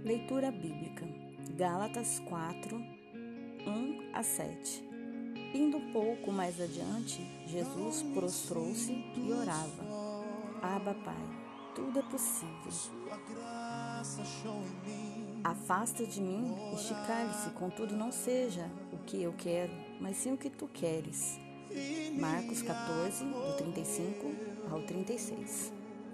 Leitura bíblica, Gálatas 4, 1 a 7. Indo um pouco mais adiante, Jesus prostrou-se e orava: Abba, Pai, tudo é possível. Afasta de mim este cálice, contudo não seja o que eu quero, mas sim o que tu queres. Marcos 14, do 35 ao 36.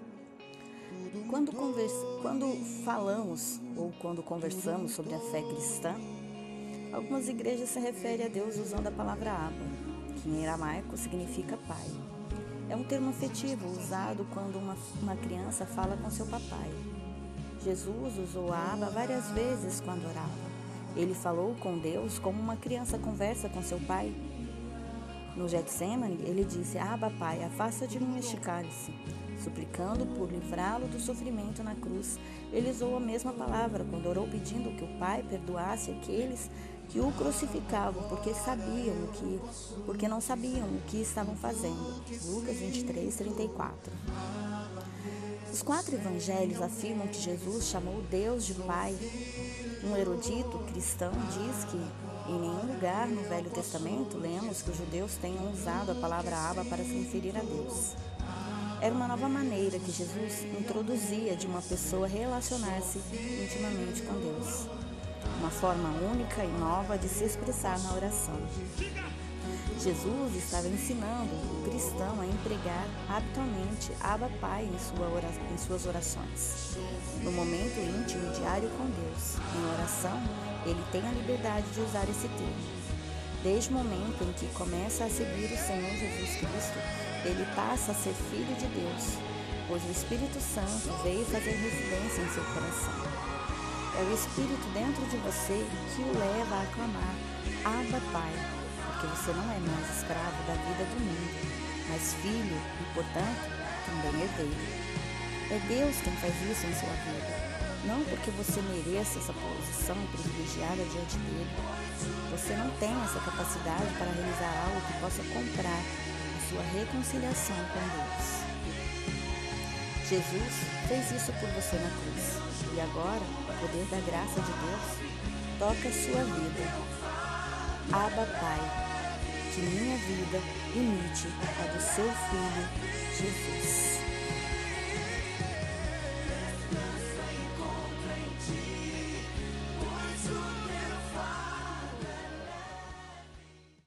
Quando falamos ou quando conversamos sobre a fé cristã, algumas igrejas se referem a Deus usando a palavra Abba, que em aramaico significa pai. É um termo afetivo usado quando uma criança fala com seu papai. Jesus usou Abba várias vezes quando orava. Ele falou com Deus como uma criança conversa com seu pai. No Getsemane, ele disse: Abba, Pai, afasta de mim este cálice. Suplicando por livrá-lo do sofrimento na cruz, ele usou a mesma palavra quando orou pedindo que o Pai perdoasse aqueles que o crucificavam porque não sabiam o que estavam fazendo. Lucas 23, 34. Os 4 evangelhos afirmam que Jesus chamou Deus de Pai. Um erudito cristão diz que em nenhum lugar no Velho Testamento lemos que os judeus tenham usado a palavra Abba para se referir a Deus. Era uma nova maneira que Jesus introduzia de uma pessoa relacionar-se intimamente com Deus. Uma forma única e nova de se expressar na oração. Jesus estava ensinando o cristão a empregar habitualmente Abba Pai em suas orações. No momento íntimo diário com Deus, em oração, ele tem a liberdade de usar esse termo. Desde o momento em que começa a seguir o Senhor Jesus Cristo, ele passa a ser filho de Deus, pois o Espírito Santo veio fazer residência em seu coração. É o Espírito dentro de você que o leva a clamar Abba Pai, porque você não é mais escravo da vida do mundo, mas filho e, portanto, também herdeiro. É Deus quem faz isso em sua vida. Não porque você mereça essa posição privilegiada diante dele. Você não tem essa capacidade para realizar algo que possa comprar a sua reconciliação com Deus. Jesus fez isso por você na cruz. E agora, o poder da graça de Deus toca a sua vida. Abba Pai, que minha vida imite a do seu Filho Jesus.